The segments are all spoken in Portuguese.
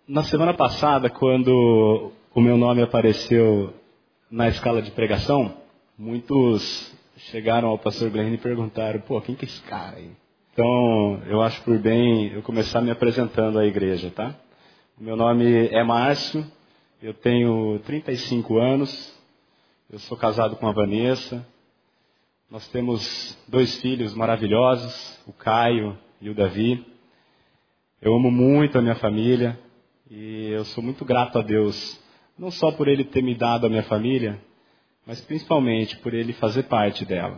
Na semana passada, quando o meu nome apareceu na escala de pregação, muitos chegaram ao pastor Glenn e perguntaram, quem que é esse cara aí? Então, eu acho por bem eu começar me apresentando à igreja, tá? O meu nome é Márcio, eu tenho 35 anos, eu sou casado com a Vanessa, nós temos 2 filhos maravilhosos, o Caio e o Davi. Eu amo muito a minha família e eu sou muito grato a Deus, não só por Ele ter me dado a minha família, mas principalmente por Ele fazer parte dela.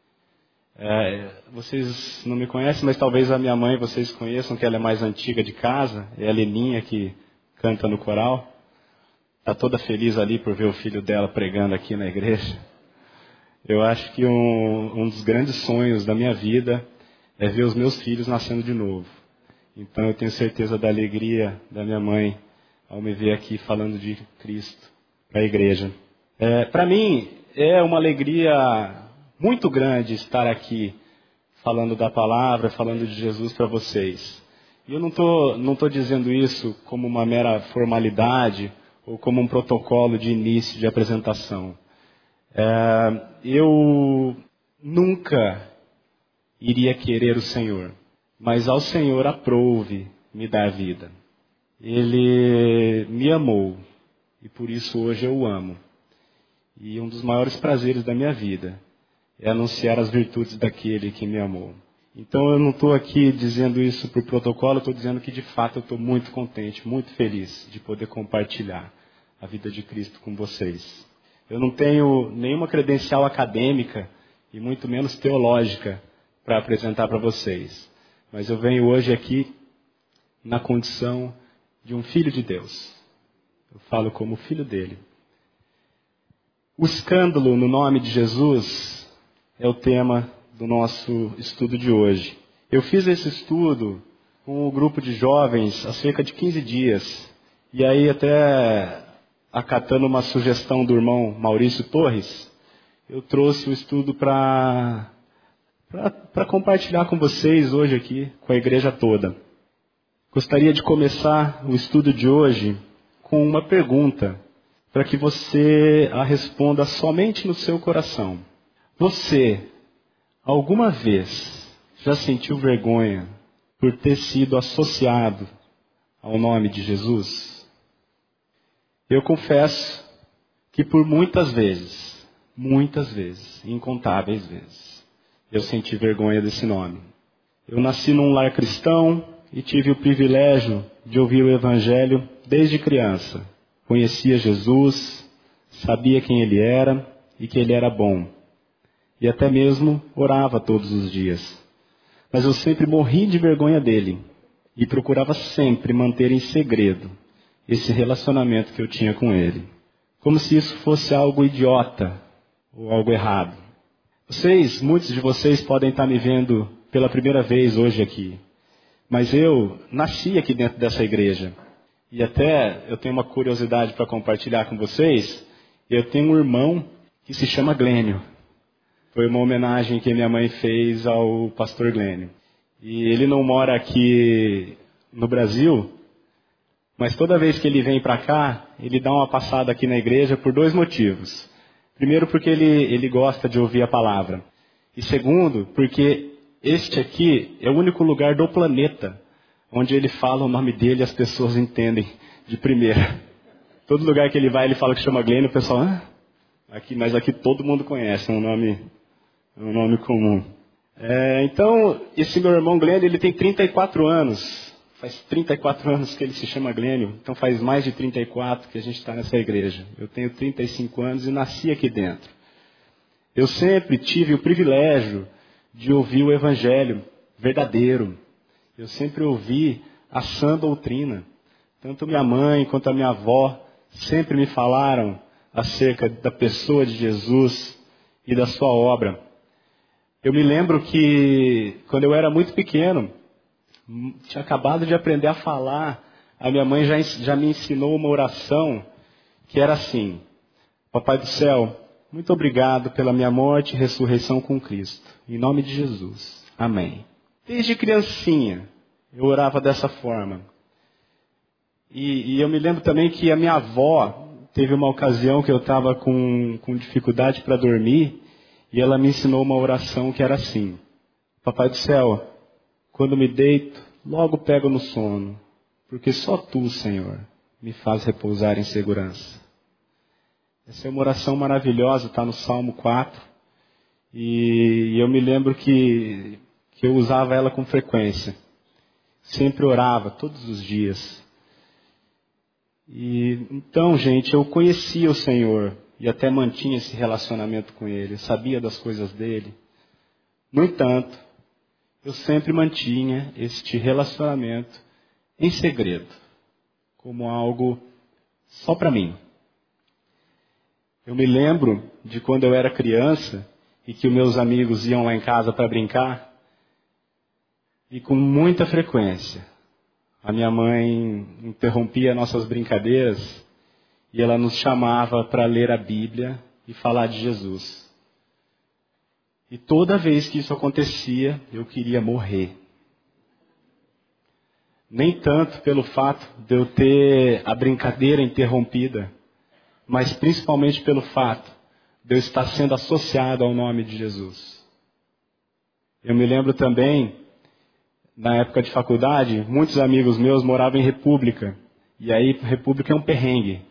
Vocês não me conhecem, mas talvez a minha mãe vocês conheçam, que ela é mais antiga de casa, é a Leninha que canta no coral. Está toda feliz ali por ver o filho dela pregando aqui na igreja. Eu acho que um dos grandes sonhos da minha vida é ver os meus filhos nascendo de novo. Então eu tenho certeza da alegria da minha mãe ao me ver aqui falando de Cristo para a igreja. Para mim é uma alegria muito grande estar aqui falando da palavra, falando de Jesus para vocês. E eu não tô dizendo isso como uma mera formalidade ou como um protocolo de início de apresentação. Eu nunca iria querer o Senhor, mas ao Senhor aprouve me dar vida. Ele me amou e por isso hoje eu o amo. E um dos maiores prazeres da minha vida é anunciar as virtudes daquele que me amou. Então eu não estou aqui dizendo isso por protocolo, estou dizendo que de fato eu estou muito contente, muito feliz de poder compartilhar a vida de Cristo com vocês. Eu não tenho nenhuma credencial acadêmica e muito menos teológica para apresentar para vocês. Mas eu venho hoje aqui na condição de um filho de Deus. Eu falo como filho dele. O escândalo no nome de Jesus é o tema do nosso estudo de hoje. Eu fiz esse estudo com um grupo de jovens há cerca de 15 dias. E aí até acatando uma sugestão do irmão Maurício Torres, eu trouxe o estudo para compartilhar com vocês hoje aqui, com a igreja toda. Gostaria de começar o estudo de hoje com uma pergunta, para que você a responda somente no seu coração. Você, alguma vez, já sentiu vergonha por ter sido associado ao nome de Jesus? Eu confesso que por muitas vezes, incontáveis vezes, eu senti vergonha desse nome. Eu nasci num lar cristão e tive o privilégio de ouvir o Evangelho desde criança. Conhecia Jesus, sabia quem Ele era e que Ele era bom. E até mesmo orava todos os dias. Mas eu sempre morri de vergonha dele e procurava sempre manter em segredo esse relacionamento que eu tinha com Ele. Como se isso fosse algo idiota ou algo errado. Muitos de vocês podem estar me vendo pela primeira vez hoje aqui. Mas eu nasci aqui dentro dessa igreja. E até eu tenho uma curiosidade para compartilhar com vocês. Eu tenho um irmão que se chama Glênio. Foi uma homenagem que minha mãe fez ao pastor Glênio. E ele não mora aqui no Brasil, mas toda vez que ele vem para cá, ele dá uma passada aqui na igreja por 2 motivos. Primeiro, porque ele gosta de ouvir a palavra. E segundo, porque este aqui é o único lugar do planeta onde ele fala o nome dele e as pessoas entendem de primeira. Todo lugar que ele vai, ele fala que chama Glenn, o pessoal, mas aqui todo mundo conhece, é um nome comum. Então, esse meu irmão Glenn, ele tem 34 anos. Faz 34 anos que ele se chama Glênio, então faz mais de 34 que a gente está nessa igreja. Eu tenho 35 anos e nasci aqui dentro. Eu sempre tive o privilégio de ouvir o Evangelho verdadeiro. Eu sempre ouvi a sã doutrina. Tanto minha mãe quanto a minha avó sempre me falaram acerca da pessoa de Jesus e da sua obra. Eu me lembro que quando eu era muito pequeno, tinha acabado de aprender a falar, a minha mãe já me ensinou uma oração que era assim: Papai do céu, muito obrigado pela minha morte e ressurreição com Cristo. Em nome de Jesus. Amém. Desde criancinha, eu orava dessa forma. E eu me lembro também que a minha avó teve uma ocasião que eu estava com dificuldade para dormir e ela me ensinou uma oração que era assim: Papai do céu, quando me deito, logo pego no sono, porque só Tu, Senhor, me faz repousar em segurança. Essa é uma oração maravilhosa, está no Salmo 4, e eu me lembro que eu usava ela com frequência. Sempre orava, todos os dias. E então, gente, eu conhecia o Senhor e até mantinha esse relacionamento com Ele, eu sabia das coisas dele. No entanto, eu sempre mantinha este relacionamento em segredo, como algo só para mim. Eu me lembro de quando eu era criança e que os meus amigos iam lá em casa para brincar, e com muita frequência a minha mãe interrompia nossas brincadeiras e ela nos chamava para ler a Bíblia e falar de Jesus. E toda vez que isso acontecia, eu queria morrer. Nem tanto pelo fato de eu ter a brincadeira interrompida, mas principalmente pelo fato de eu estar sendo associado ao nome de Jesus. Eu me lembro também, na época de faculdade, muitos amigos meus moravam em República. E aí, República é um perrengue.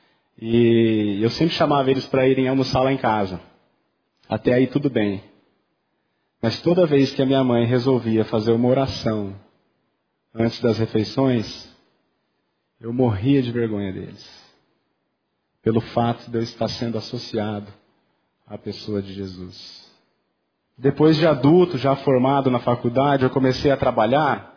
E eu sempre chamava eles para irem almoçar lá em casa. Até aí tudo bem. Mas toda vez que a minha mãe resolvia fazer uma oração antes das refeições, eu morria de vergonha deles. Pelo fato de eu estar sendo associado à pessoa de Jesus. Depois de adulto, já formado na faculdade, eu comecei a trabalhar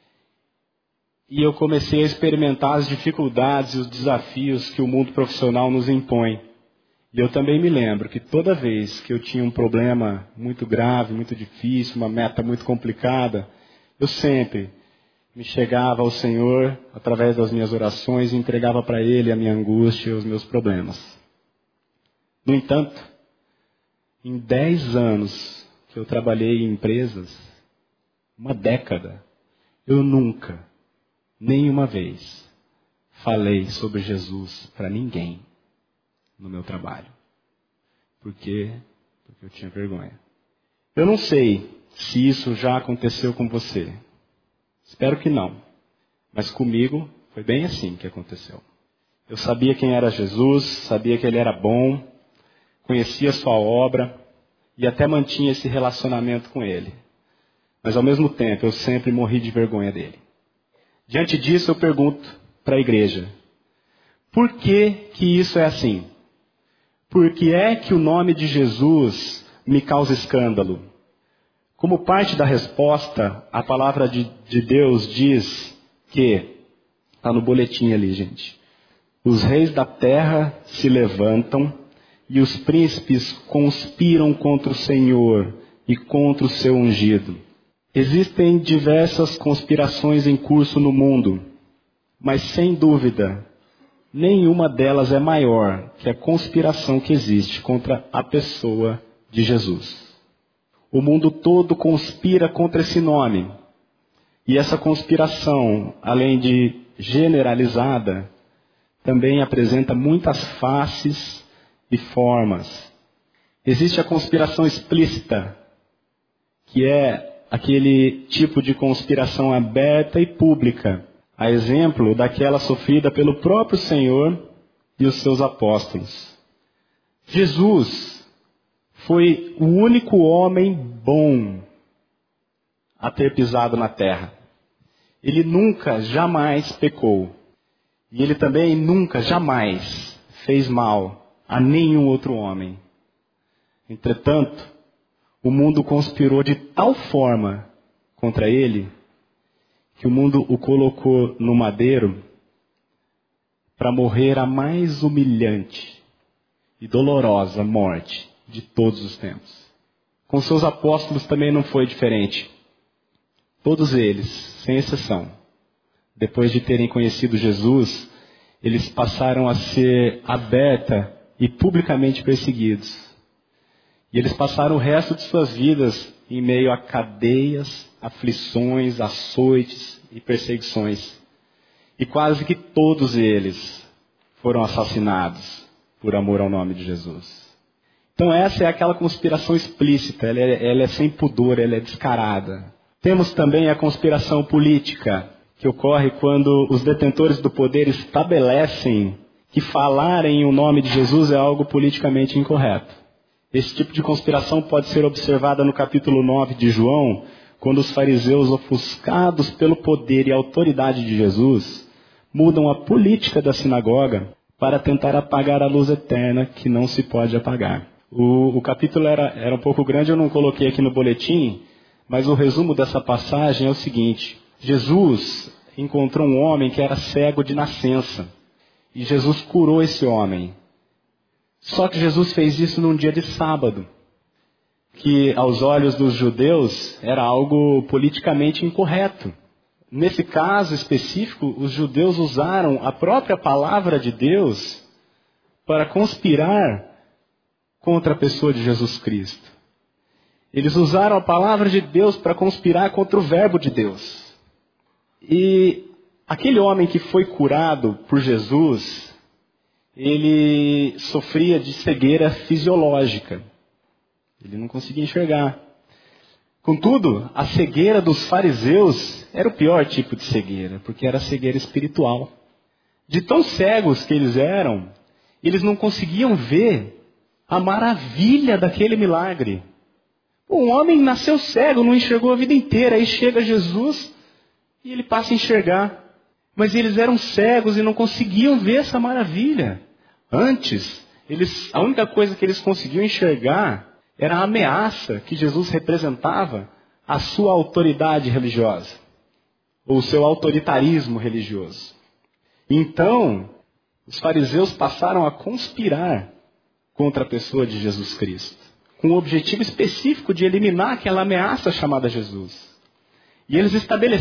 e eu comecei a experimentar as dificuldades e os desafios que o mundo profissional nos impõe. E eu também me lembro que toda vez que eu tinha um problema muito grave, muito difícil, uma meta muito complicada, eu sempre me chegava ao Senhor através das minhas orações e entregava para Ele a minha angústia e os meus problemas. No entanto, em 10 anos que eu trabalhei em empresas, uma década, eu nunca, nenhuma vez, falei sobre Jesus para ninguém no meu trabalho. Por quê? Porque eu tinha vergonha. Eu não sei se isso já aconteceu com você. Espero que não. Mas comigo foi bem assim que aconteceu. Eu sabia quem era Jesus, sabia que Ele era bom, conhecia sua obra e até mantinha esse relacionamento com Ele. Mas ao mesmo tempo eu sempre morri de vergonha dele. Diante disso eu pergunto para a igreja: por que que isso é assim? Por que é que o nome de Jesus me causa escândalo? Como parte da resposta, a palavra de Deus diz que, está no boletim ali, gente, os reis da terra se levantam e os príncipes conspiram contra o Senhor e contra o seu ungido. Existem diversas conspirações em curso no mundo, mas sem dúvida, nenhuma delas é maior que a conspiração que existe contra a pessoa de Jesus. O mundo todo conspira contra esse nome. E essa conspiração, além de generalizada, também apresenta muitas faces e formas. Existe a conspiração explícita, que é aquele tipo de conspiração aberta e pública, a exemplo daquela sofrida pelo próprio Senhor e os seus apóstolos. Jesus foi o único homem bom a ter pisado na terra. Ele nunca, jamais pecou. E ele também nunca, jamais fez mal a nenhum outro homem. Entretanto, o mundo conspirou de tal forma contra ele que o mundo o colocou no madeiro para morrer a mais humilhante e dolorosa morte de todos os tempos. Com seus apóstolos também não foi diferente. Todos eles, sem exceção, depois de terem conhecido Jesus, eles passaram a ser aberta e publicamente perseguidos. E eles passaram o resto de suas vidas em meio a cadeias, aflições, açoites e perseguições. E quase que todos eles foram assassinados por amor ao nome de Jesus. Então essa é aquela conspiração explícita, ela é sem pudor, ela é descarada. Temos também a conspiração política, que ocorre quando os detentores do poder estabelecem que falar em o nome de Jesus é algo politicamente incorreto. Esse tipo de conspiração pode ser observada no capítulo 9 de João, quando os fariseus, ofuscados pelo poder e autoridade de Jesus, mudam a política da sinagoga para tentar apagar a luz eterna que não se pode apagar. O capítulo era um pouco grande, eu não coloquei aqui no boletim, mas o resumo dessa passagem é o seguinte: Jesus encontrou um homem que era cego de nascença, e Jesus curou esse homem. Só que Jesus fez isso num dia de sábado, que aos olhos dos judeus era algo politicamente incorreto. Nesse caso específico, os judeus usaram a própria palavra de Deus para conspirar contra a pessoa de Jesus Cristo. Eles usaram a palavra de Deus para conspirar contra o verbo de Deus. E aquele homem que foi curado por Jesus, ele sofria de cegueira fisiológica. Ele não conseguia enxergar. Contudo, a cegueira dos fariseus era o pior tipo de cegueira, porque era a cegueira espiritual. De tão cegos que eles eram, eles não conseguiam ver a maravilha daquele milagre. Um homem nasceu cego, não enxergou a vida inteira, aí chega Jesus e ele passa a enxergar. Mas eles eram cegos e não conseguiam ver essa maravilha. Antes, a única coisa que eles conseguiam enxergar era a ameaça que Jesus representava à sua autoridade religiosa, ou o seu autoritarismo religioso. Então, os fariseus passaram a conspirar contra a pessoa de Jesus Cristo, com o objetivo específico de eliminar aquela ameaça chamada Jesus. E eles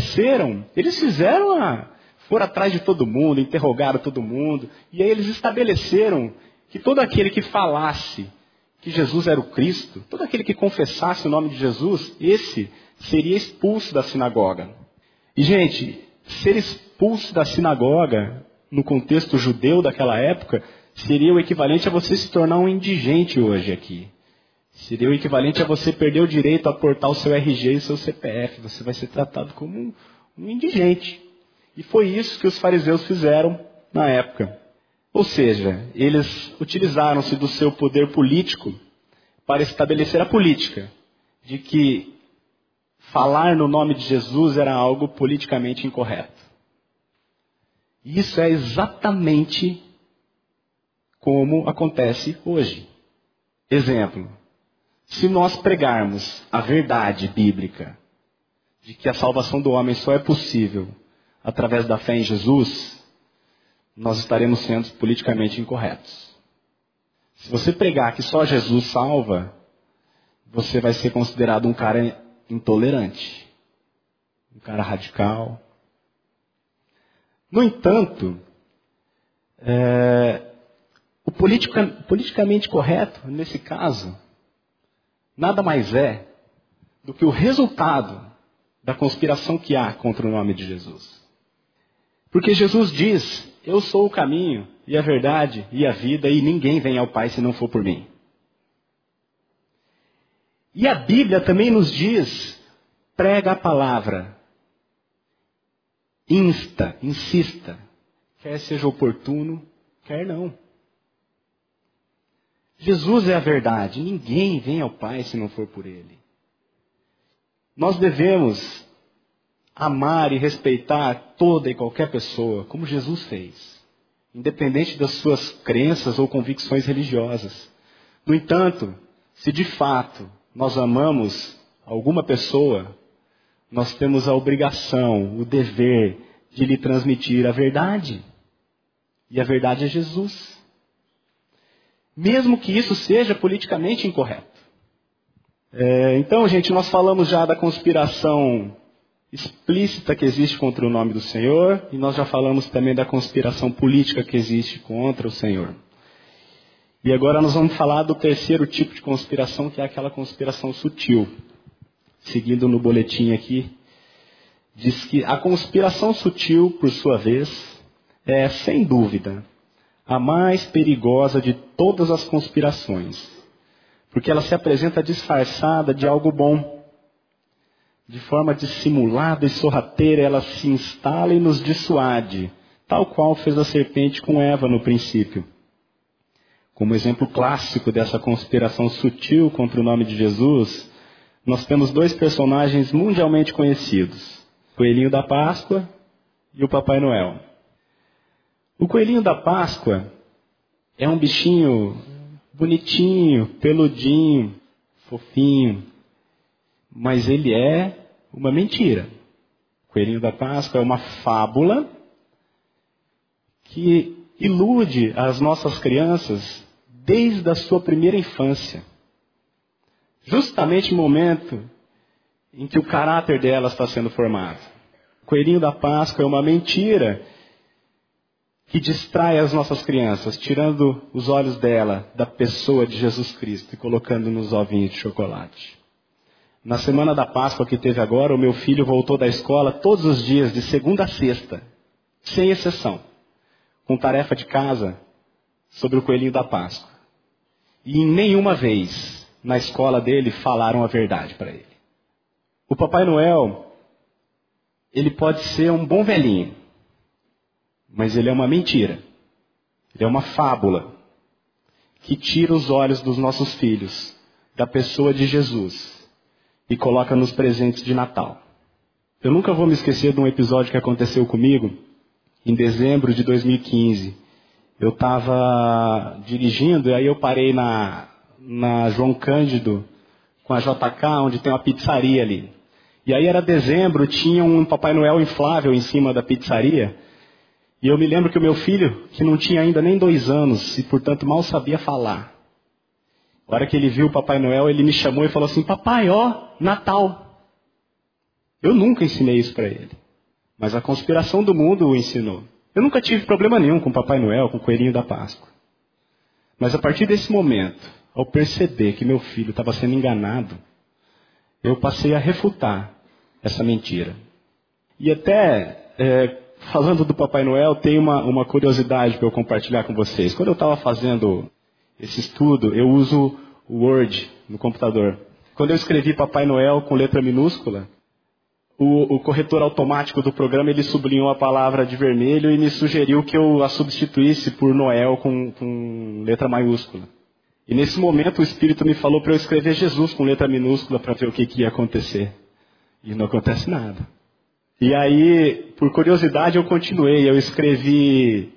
foram atrás de todo mundo, interrogaram todo mundo, e aí eles estabeleceram que todo aquele que falasse que Jesus era o Cristo, todo aquele que confessasse o nome de Jesus, esse seria expulso da sinagoga. E, gente, ser expulso da sinagoga, no contexto judeu daquela época, seria o equivalente a você se tornar um indigente hoje aqui. Seria o equivalente a você perder o direito a portar o seu RG e o seu CPF. Você vai ser tratado como um indigente. E foi isso que os fariseus fizeram na época. Ou seja, eles utilizaram-se do seu poder político para estabelecer a política de que falar no nome de Jesus era algo politicamente incorreto. E isso é exatamente como acontece hoje. Exemplo, se nós pregarmos a verdade bíblica de que a salvação do homem só é possível através da fé em Jesus, nós estaremos sendo politicamente incorretos. Se você pregar que só Jesus salva, você vai ser considerado um cara intolerante, um cara radical. No entanto, o politicamente correto, nesse caso, nada mais é do que o resultado da conspiração que há contra o nome de Jesus. Porque Jesus diz: eu sou o caminho e a verdade e a vida, e ninguém vem ao Pai se não for por mim. E a Bíblia também nos diz: prega a palavra, insista, quer seja oportuno, quer não. Jesus é a verdade, ninguém vem ao Pai se não for por Ele. Nós devemos amar e respeitar toda e qualquer pessoa, como Jesus fez, independente das suas crenças ou convicções religiosas. No entanto, se de fato nós amamos alguma pessoa, nós temos a obrigação, o dever de lhe transmitir a verdade. E a verdade é Jesus. Mesmo que isso seja politicamente incorreto. Então, gente, nós falamos já da conspiração explícita que existe contra o nome do Senhor, e nós já falamos também da conspiração política que existe contra o Senhor. E agora nós vamos falar do terceiro tipo de conspiração, que é aquela conspiração sutil. Seguindo no boletim aqui, diz que a conspiração sutil, por sua vez, é, sem dúvida, a mais perigosa de todas as conspirações, porque ela se apresenta disfarçada de algo bom. De forma dissimulada e sorrateira, ela se instala e nos dissuade, tal qual fez a serpente com Eva no princípio. Como exemplo clássico dessa conspiração sutil contra o nome de Jesus, nós temos dois personagens mundialmente conhecidos, o Coelhinho da Páscoa e o Papai Noel. O Coelhinho da Páscoa é um bichinho bonitinho, peludinho, fofinho, mas ele é uma mentira. O Coelhinho da Páscoa é uma fábula que ilude as nossas crianças desde a sua primeira infância. Justamente no momento em que o caráter delas está sendo formado. O Coelhinho da Páscoa é uma mentira que distrai as nossas crianças, tirando os olhos dela da pessoa de Jesus Cristo e colocando nos ovinhos de chocolate. Na semana da Páscoa que teve agora, o meu filho voltou da escola todos os dias, de segunda a sexta, sem exceção, com tarefa de casa sobre o Coelhinho da Páscoa. E em nenhuma vez na escola dele falaram a verdade para ele. O Papai Noel, ele pode ser um bom velhinho, mas ele é uma mentira. Ele é uma fábula que tira os olhos dos nossos filhos da pessoa de Jesus e coloca nos presentes de Natal. Eu nunca vou me esquecer de um episódio que aconteceu comigo em dezembro de 2015. Eu estava dirigindo e aí eu parei na João Cândido com a JK, onde tem uma pizzaria ali. E aí era dezembro, tinha um Papai Noel inflável em cima da pizzaria. E eu me lembro que o meu filho, que não tinha ainda nem 2 anos e portanto mal sabia falar, a hora que ele viu o Papai Noel, ele me chamou e falou assim: papai, ó, Natal. Eu nunca ensinei isso para ele, mas a conspiração do mundo o ensinou. Eu nunca tive problema nenhum com o Papai Noel, com o Coelhinho da Páscoa. Mas a partir desse momento, ao perceber que meu filho estava sendo enganado, eu passei a refutar essa mentira. E até, falando do Papai Noel, tem uma curiosidade para eu compartilhar com vocês. Quando eu estava fazendo esse estudo, eu uso o Word no computador. Quando eu escrevi Papai Noel com letra minúscula, o corretor automático do programa, ele sublinhou a palavra de vermelho e me sugeriu que eu a substituísse por Noel com letra maiúscula. E nesse momento o Espírito me falou para eu escrever Jesus com letra minúscula para ver o que ia acontecer. E não acontece nada. E aí, por curiosidade, eu continuei. Eu escrevi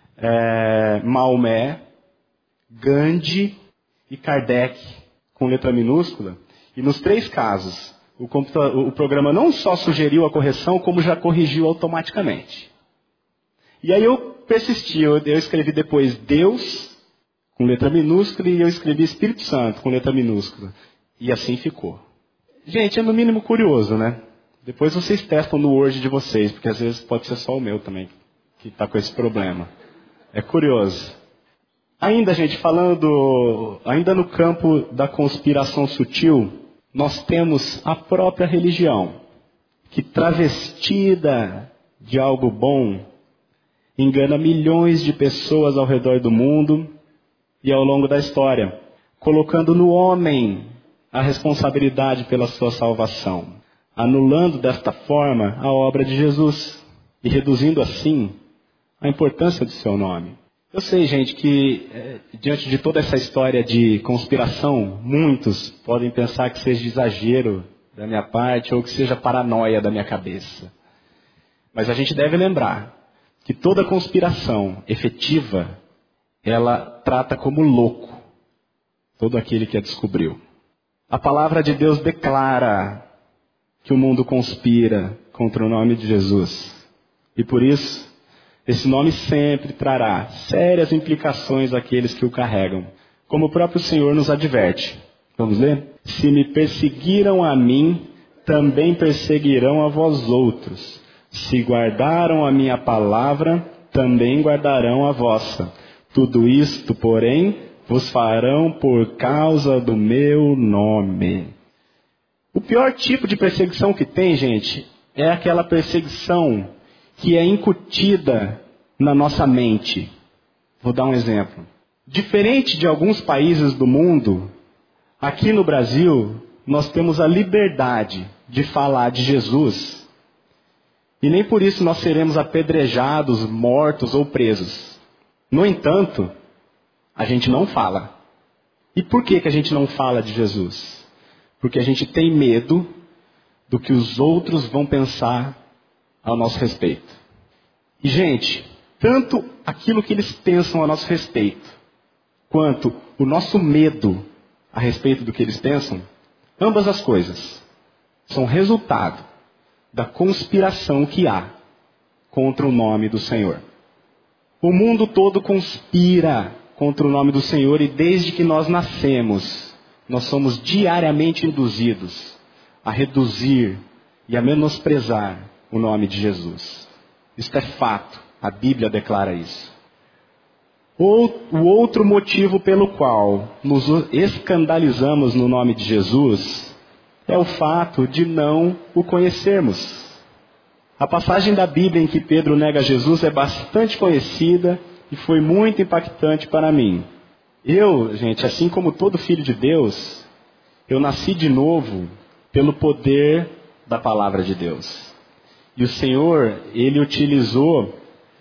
Maomé, Gandhi e Kardec com letra minúscula. E nos 3 casos, o programa não só sugeriu a correção, como já corrigiu automaticamente. E aí eu persisti. Eu escrevi depois Deus com letra minúscula e eu escrevi Espírito Santo com letra minúscula. E assim ficou. Gente, é no mínimo curioso, né? Depois vocês testam no Word de vocês, porque às vezes pode ser só o meu também que está com esse problema. É curioso. Ainda, gente, ainda no campo da conspiração sutil, nós temos a própria religião, que travestida de algo bom, engana milhões de pessoas ao redor do mundo e ao longo da história, colocando no homem a responsabilidade pela sua salvação, anulando desta forma a obra de Jesus e reduzindo assim a importância do seu nome. Eu sei, gente, que diante de toda essa história de conspiração, muitos podem pensar que seja exagero da minha parte ou que seja paranoia da minha cabeça. Mas a gente deve lembrar que toda conspiração efetiva, ela trata como louco todo aquele que a descobriu. A palavra de Deus declara que o mundo conspira contra o nome de Jesus. E por isso, esse nome sempre trará sérias implicações àqueles que o carregam. Como o próprio Senhor nos adverte. Vamos ler? Se me perseguiram a mim, também perseguirão a vós outros. Se guardaram a minha palavra, também guardarão a vossa. Tudo isto, porém, vos farão por causa do meu nome. O pior tipo de perseguição que tem, gente, é aquela perseguição que é incutida na nossa mente. Vou dar um exemplo. Diferente de alguns países do mundo, aqui no Brasil, nós temos a liberdade de falar de Jesus. E nem por isso nós seremos apedrejados, mortos ou presos. No entanto, a gente não fala. E por que a gente não fala de Jesus? Porque a gente tem medo do que os outros vão pensar ao nosso respeito. E, gente, tanto aquilo que eles pensam a nosso respeito, quanto o nosso medo a respeito do que eles pensam, ambas as coisas são resultado da conspiração que há contra o nome do Senhor. O mundo todo conspira contra o nome do Senhor e desde que nós nascemos, nós somos diariamente induzidos a reduzir e a menosprezar o nome de Jesus. Isto é fato, a Bíblia declara isso. O outro motivo pelo qual nos escandalizamos no nome de Jesus é o fato de não o conhecermos. A passagem da Bíblia em que Pedro nega Jesus é bastante conhecida e foi muito impactante para mim. Eu, gente, assim como todo filho de Deus, eu nasci de novo pelo poder da palavra de Deus. E o Senhor, Ele utilizou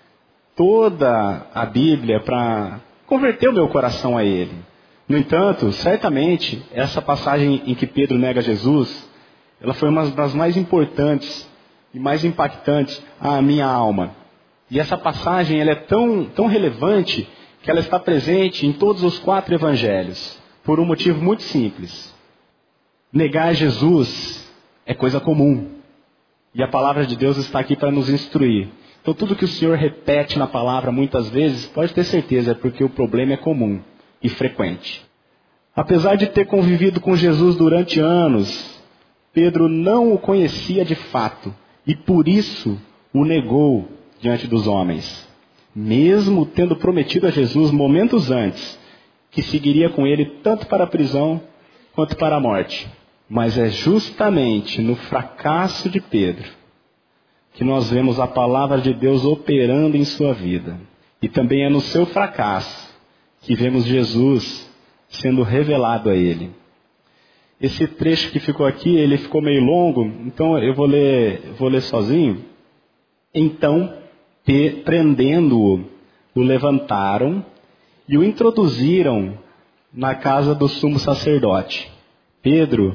toda a Bíblia para converter o meu coração a Ele. No entanto, certamente, essa passagem em que Pedro nega Jesus, ela foi uma das mais importantes e mais impactantes à minha alma. E essa passagem ela é tão relevante que ela está presente em todos os 4 evangelhos, por um motivo muito simples. Negar Jesus é coisa comum. E a palavra de Deus está aqui para nos instruir. Então tudo que o Senhor repete na palavra muitas vezes, pode ter certeza, é porque o problema é comum e frequente. Apesar de ter convivido com Jesus durante anos, Pedro não o conhecia de fato e por isso o negou diante dos homens. Mesmo tendo prometido a Jesus momentos antes que seguiria com ele tanto para a prisão quanto para a morte. Mas é justamente no fracasso de Pedro que nós vemos a palavra de Deus operando em sua vida. E também é no seu fracasso que vemos Jesus sendo revelado a ele. Esse trecho que ficou aqui, ele ficou meio longo, então eu vou ler sozinho. Então, prendendo-o, o levantaram e o introduziram na casa do sumo sacerdote. Pedro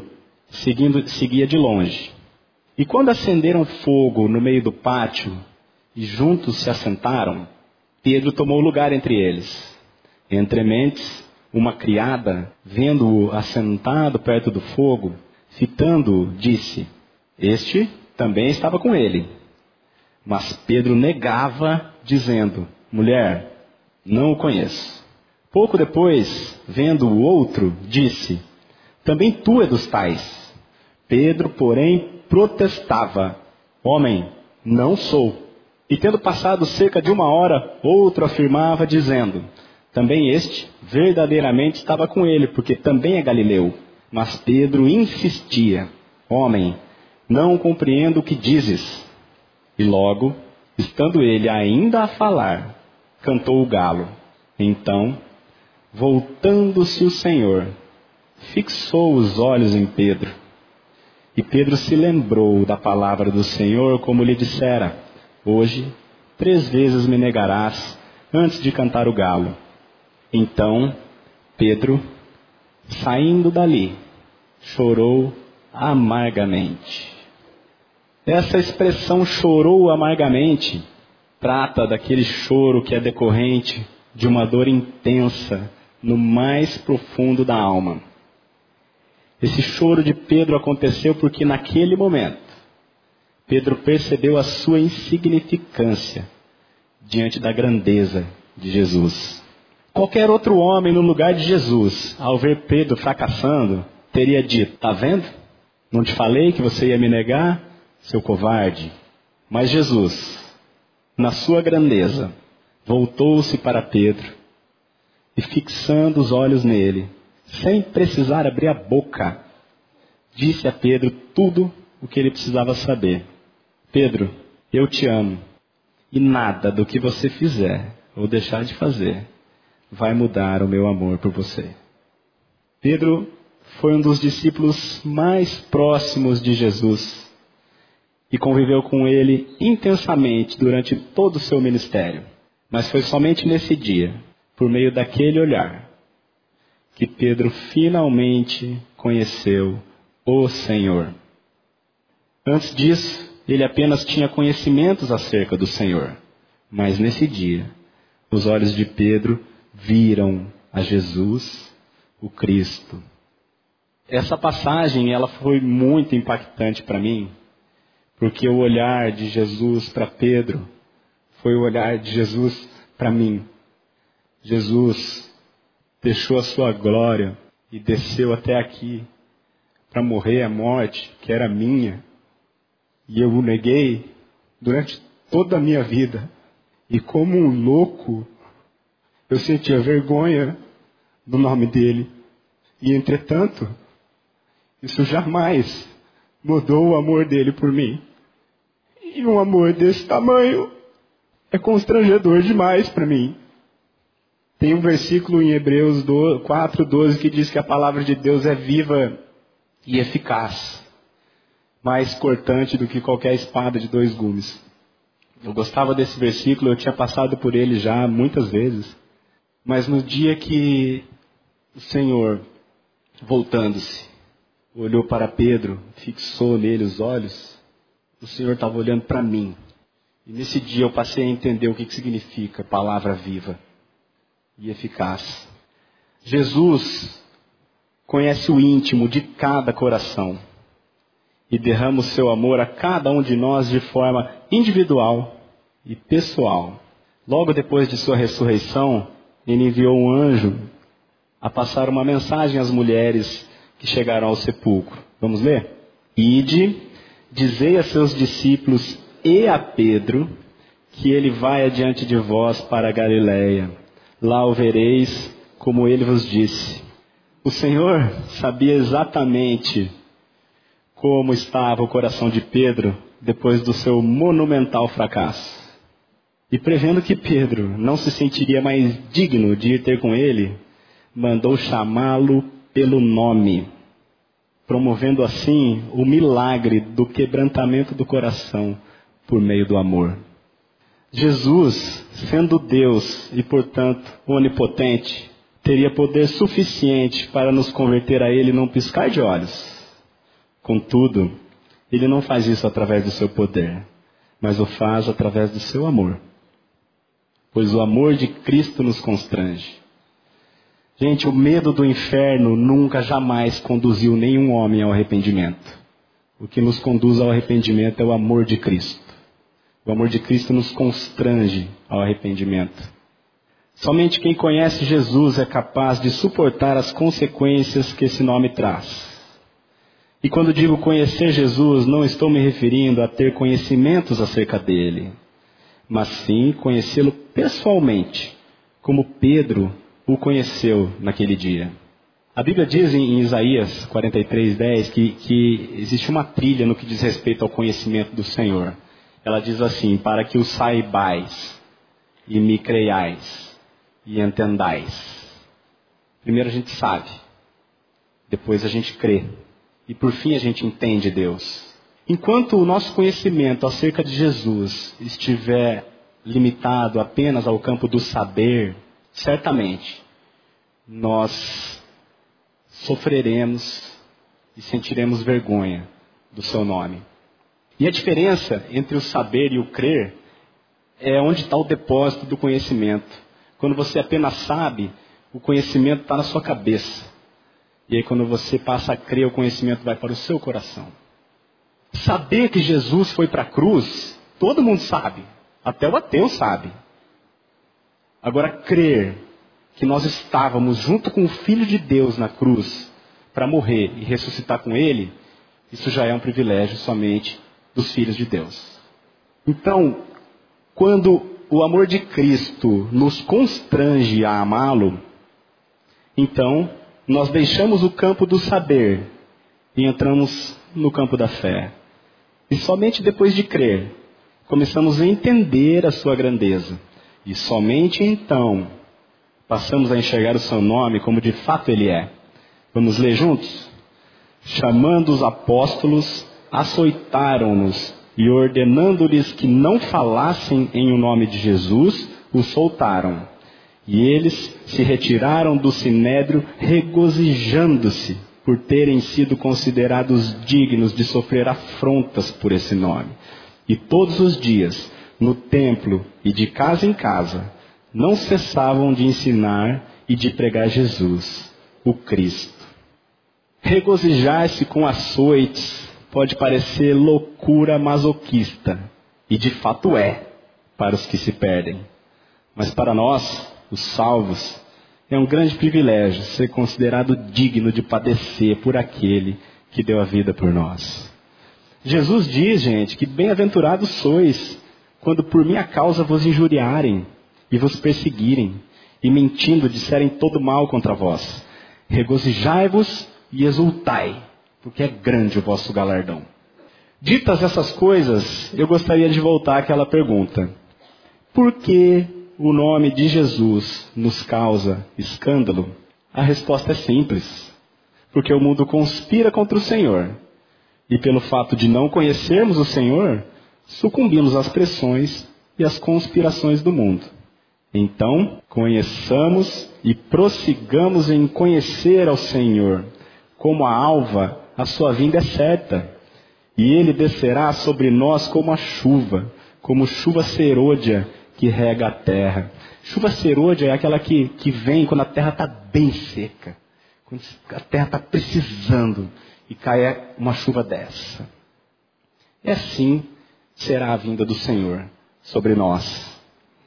seguia de longe. E quando acenderam fogo no meio do pátio e juntos se assentaram, Pedro tomou lugar entre eles. Entre mentes, uma criada, vendo-o assentado perto do fogo, fitando-o, disse: Este também estava com ele. Mas Pedro negava, dizendo: Mulher, não o conheço. Pouco depois, vendo o outro, disse: Também tu és dos tais. Pedro, porém, protestava: Homem, não sou. E tendo passado cerca de 1 hora, outro afirmava, dizendo: Também este verdadeiramente estava com ele, porque também é galileu. Mas Pedro insistia: Homem, não compreendo o que dizes. E logo, estando ele ainda a falar, cantou o galo. Então, voltando-se o Senhor, fixou os olhos em Pedro. E Pedro se lembrou da palavra do Senhor, como lhe dissera: Hoje, 3 vezes me negarás antes de cantar o galo. Então, Pedro, saindo dali, chorou amargamente. Essa expressão chorou amargamente trata daquele choro que é decorrente de uma dor intensa no mais profundo da alma. Esse choro de Pedro aconteceu porque naquele momento, Pedro percebeu a sua insignificância diante da grandeza de Jesus. Qualquer outro homem no lugar de Jesus, ao ver Pedro fracassando, teria dito: Tá vendo? Não te falei que você ia me negar, seu covarde? Mas Jesus, na sua grandeza, voltou-se para Pedro e, fixando os olhos nele, sem precisar abrir a boca, disse a Pedro tudo o que ele precisava saber. Pedro, eu te amo, e nada do que você fizer ou deixar de fazer vai mudar o meu amor por você. Pedro foi um dos discípulos mais próximos de Jesus e conviveu com ele intensamente durante todo o seu ministério. Mas foi somente nesse dia, por meio daquele olhar, que Pedro finalmente conheceu o Senhor. Antes disso, ele apenas tinha conhecimentos acerca do Senhor. Mas nesse dia, os olhos de Pedro viram a Jesus, o Cristo. Essa passagem, ela foi muito impactante para mim, porque o olhar de Jesus para Pedro foi o olhar de Jesus para mim. Jesus deixou a sua glória e desceu até aqui para morrer a morte que era minha. E eu o neguei durante toda a minha vida. E como um louco, eu sentia vergonha do nome dele. E entretanto, isso jamais mudou o amor dele por mim. E um amor desse tamanho é constrangedor demais para mim. Tem um versículo em Hebreus 4:12 que diz que a palavra de Deus é viva e eficaz, mais cortante do que qualquer espada de 2 gumes. Eu gostava desse versículo, eu tinha passado por ele já muitas vezes. Mas no dia que o Senhor, voltando-se, olhou para Pedro, fixou nele os olhos, o Senhor estava olhando para mim. E nesse dia eu passei a entender o que significa palavra viva e eficaz. Jesus conhece o íntimo de cada coração e derrama o seu amor a cada um de nós de forma individual e pessoal. Logo depois de sua ressurreição, ele enviou um anjo a passar uma mensagem às mulheres que chegaram ao sepulcro. Vamos ler? Ide, dizei a seus discípulos e a Pedro que ele vai adiante de vós para a Galiléia. Lá o vereis, como ele vos disse. O Senhor sabia exatamente como estava o coração de Pedro depois do seu monumental fracasso. E prevendo que Pedro não se sentiria mais digno de ir ter com ele, mandou chamá-lo pelo nome, promovendo assim o milagre do quebrantamento do coração por meio do amor. Jesus, sendo Deus e, portanto, onipotente, teria poder suficiente para nos converter a Ele num piscar de olhos. Contudo, Ele não faz isso através do seu poder, mas o faz através do seu amor. Pois o amor de Cristo nos constrange. Gente, o medo do inferno nunca, jamais conduziu nenhum homem ao arrependimento. O que nos conduz ao arrependimento é o amor de Cristo. O amor de Cristo nos constrange ao arrependimento. Somente quem conhece Jesus é capaz de suportar as consequências que esse nome traz. E quando digo conhecer Jesus, não estou me referindo a ter conhecimentos acerca dele, mas sim conhecê-lo pessoalmente, como Pedro o conheceu naquele dia. A Bíblia diz em Isaías 43:10 que existe uma trilha no que diz respeito ao conhecimento do Senhor. Ela diz assim: para que o saibais e me creiais e entendais. Primeiro a gente sabe, depois a gente crê e por fim a gente entende Deus. Enquanto o nosso conhecimento acerca de Jesus estiver limitado apenas ao campo do saber, certamente nós sofreremos e sentiremos vergonha do seu nome. E a diferença entre o saber e o crer é onde está o depósito do conhecimento. Quando você apenas sabe, o conhecimento está na sua cabeça. E aí quando você passa a crer, o conhecimento vai para o seu coração. Saber que Jesus foi para a cruz, todo mundo sabe. Até o ateu sabe. Agora, crer que nós estávamos junto com o Filho de Deus na cruz para morrer e ressuscitar com Ele, isso já é um privilégio somente dos filhos de Deus. Então, quando o amor de Cristo nos constrange a amá-lo, então nós deixamos o campo do saber e entramos no campo da fé. E somente depois de crer, começamos a entender a sua grandeza. E somente então, passamos a enxergar o seu nome como de fato ele é. Vamos ler juntos? Chamando os apóstolos, açoitaram-nos e ordenando-lhes que não falassem em o nome de Jesus, os soltaram. E eles se retiraram do sinédrio regozijando-se por terem sido considerados dignos de sofrer afrontas por esse nome. E todos os dias, no templo e de casa em casa, não cessavam de ensinar e de pregar Jesus, o Cristo. Regozijar-se com açoites pode parecer loucura masoquista, e de fato é, para os que se perdem. Mas para nós, os salvos, é um grande privilégio ser considerado digno de padecer por aquele que deu a vida por nós. Jesus diz, gente, que bem-aventurados sois, quando por minha causa vos injuriarem e vos perseguirem, e mentindo disserem todo mal contra vós. Regozijai-vos e exultai, porque é grande o vosso galardão. Ditas essas coisas, eu gostaria de voltar àquela pergunta. Por que o nome de Jesus nos causa escândalo? A resposta é simples. Porque o mundo conspira contra o Senhor. E pelo fato de não conhecermos o Senhor, sucumbimos às pressões e às conspirações do mundo. Então, conheçamos e prossigamos em conhecer ao Senhor. Como a alva, a sua vinda é certa. E ele descerá sobre nós como chuva serôdia que rega a terra. Chuva serôdia é aquela que vem quando a terra está bem seca. Quando a terra está precisando e cai uma chuva dessa. E assim será a vinda do Senhor sobre nós.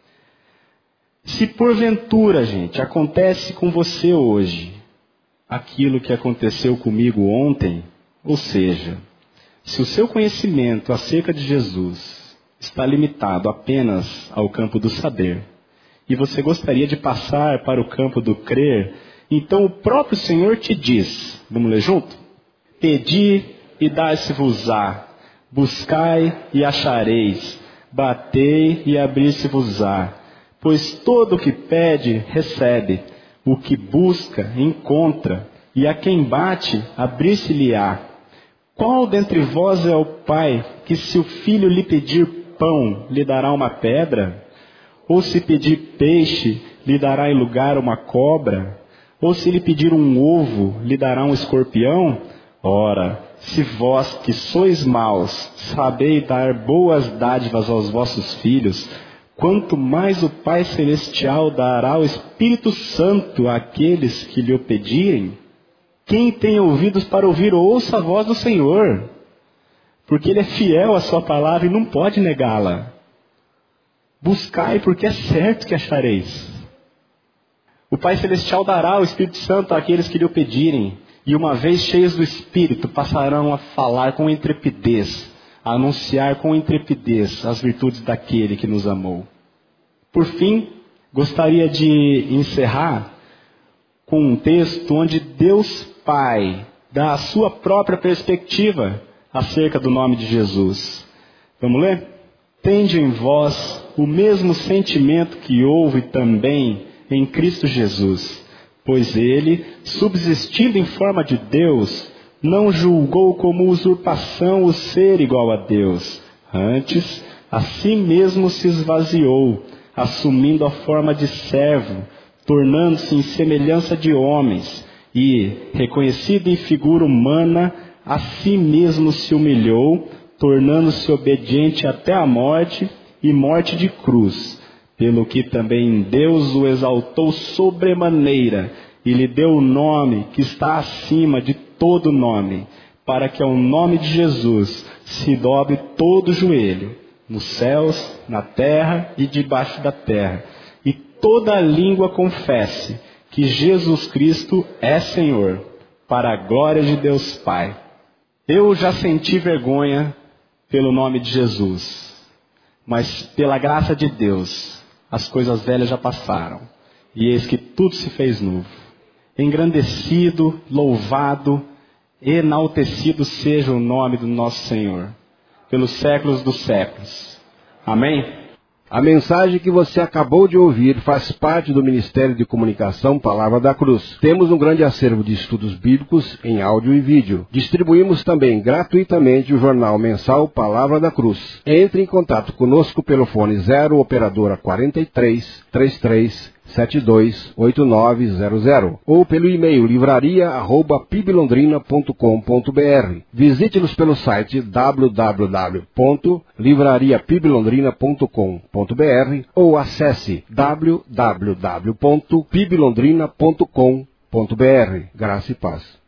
Se porventura, gente, acontece com você hoje aquilo que aconteceu comigo ontem, ou seja, se o seu conhecimento acerca de Jesus está limitado apenas ao campo do saber, e você gostaria de passar para o campo do crer, então o próprio Senhor te diz, vamos ler junto? Pedi e dar-se-vos-á, buscai e achareis, batei e abrir-se-vos-á, pois todo o que pede, recebe, o que busca, encontra, e a quem bate, abrir-se-lhe-á. Qual dentre vós é o pai que, se o filho lhe pedir pão, lhe dará uma pedra? Ou se pedir peixe, lhe dará em lugar uma cobra? Ou se lhe pedir um ovo, lhe dará um escorpião? Ora, se vós que sois maus, sabeis dar boas dádivas aos vossos filhos, quanto mais o Pai Celestial dará o Espírito Santo àqueles que lhe o pedirem? Quem tem ouvidos para ouvir, ouça a voz do Senhor, porque Ele é fiel à sua palavra e não pode negá-la. Buscai, porque é certo que achareis. O Pai Celestial dará o Espírito Santo àqueles que lhe o pedirem, e uma vez cheios do Espírito, passarão a falar com intrepidez, a anunciar com intrepidez as virtudes daquele que nos amou. Por fim, gostaria de encerrar com um texto onde Deus Pai dá a sua própria perspectiva acerca do nome de Jesus. Vamos ler? Tende em vós o mesmo sentimento que houve também em Cristo Jesus, pois ele, subsistindo em forma de Deus, não julgou como usurpação o ser igual a Deus. Antes, a si mesmo se esvaziou, assumindo a forma de servo, tornando-se em semelhança de homens, e, reconhecido em figura humana, a si mesmo se humilhou, tornando-se obediente até a morte, e morte de cruz, pelo que também Deus o exaltou sobremaneira, e lhe deu o nome que está acima de todo nome, para que ao nome de Jesus se dobre todo o joelho, nos céus, na terra e debaixo da terra, e toda a língua confesse que Jesus Cristo é Senhor, para a glória de Deus Pai. Eu já senti vergonha pelo nome de Jesus, mas pela graça de Deus, as coisas velhas já passaram, e eis que tudo se fez novo. Engrandecido, louvado, enaltecido seja o nome do nosso Senhor. pelos séculos dos séculos. Amém? A mensagem que você acabou de ouvir faz parte do Ministério de Comunicação Palavra da Cruz. Temos um grande acervo de estudos bíblicos em áudio e vídeo. Distribuímos também gratuitamente o jornal mensal Palavra da Cruz. Entre em contato conosco pelo fone 0 operadora 43 33 728900 ou pelo e-mail livraria@piblondrina.com.br. Visite-nos pelo site www.livrariapiblondrina.com.br ou acesse www.piblondrina.com.br. Graça e paz.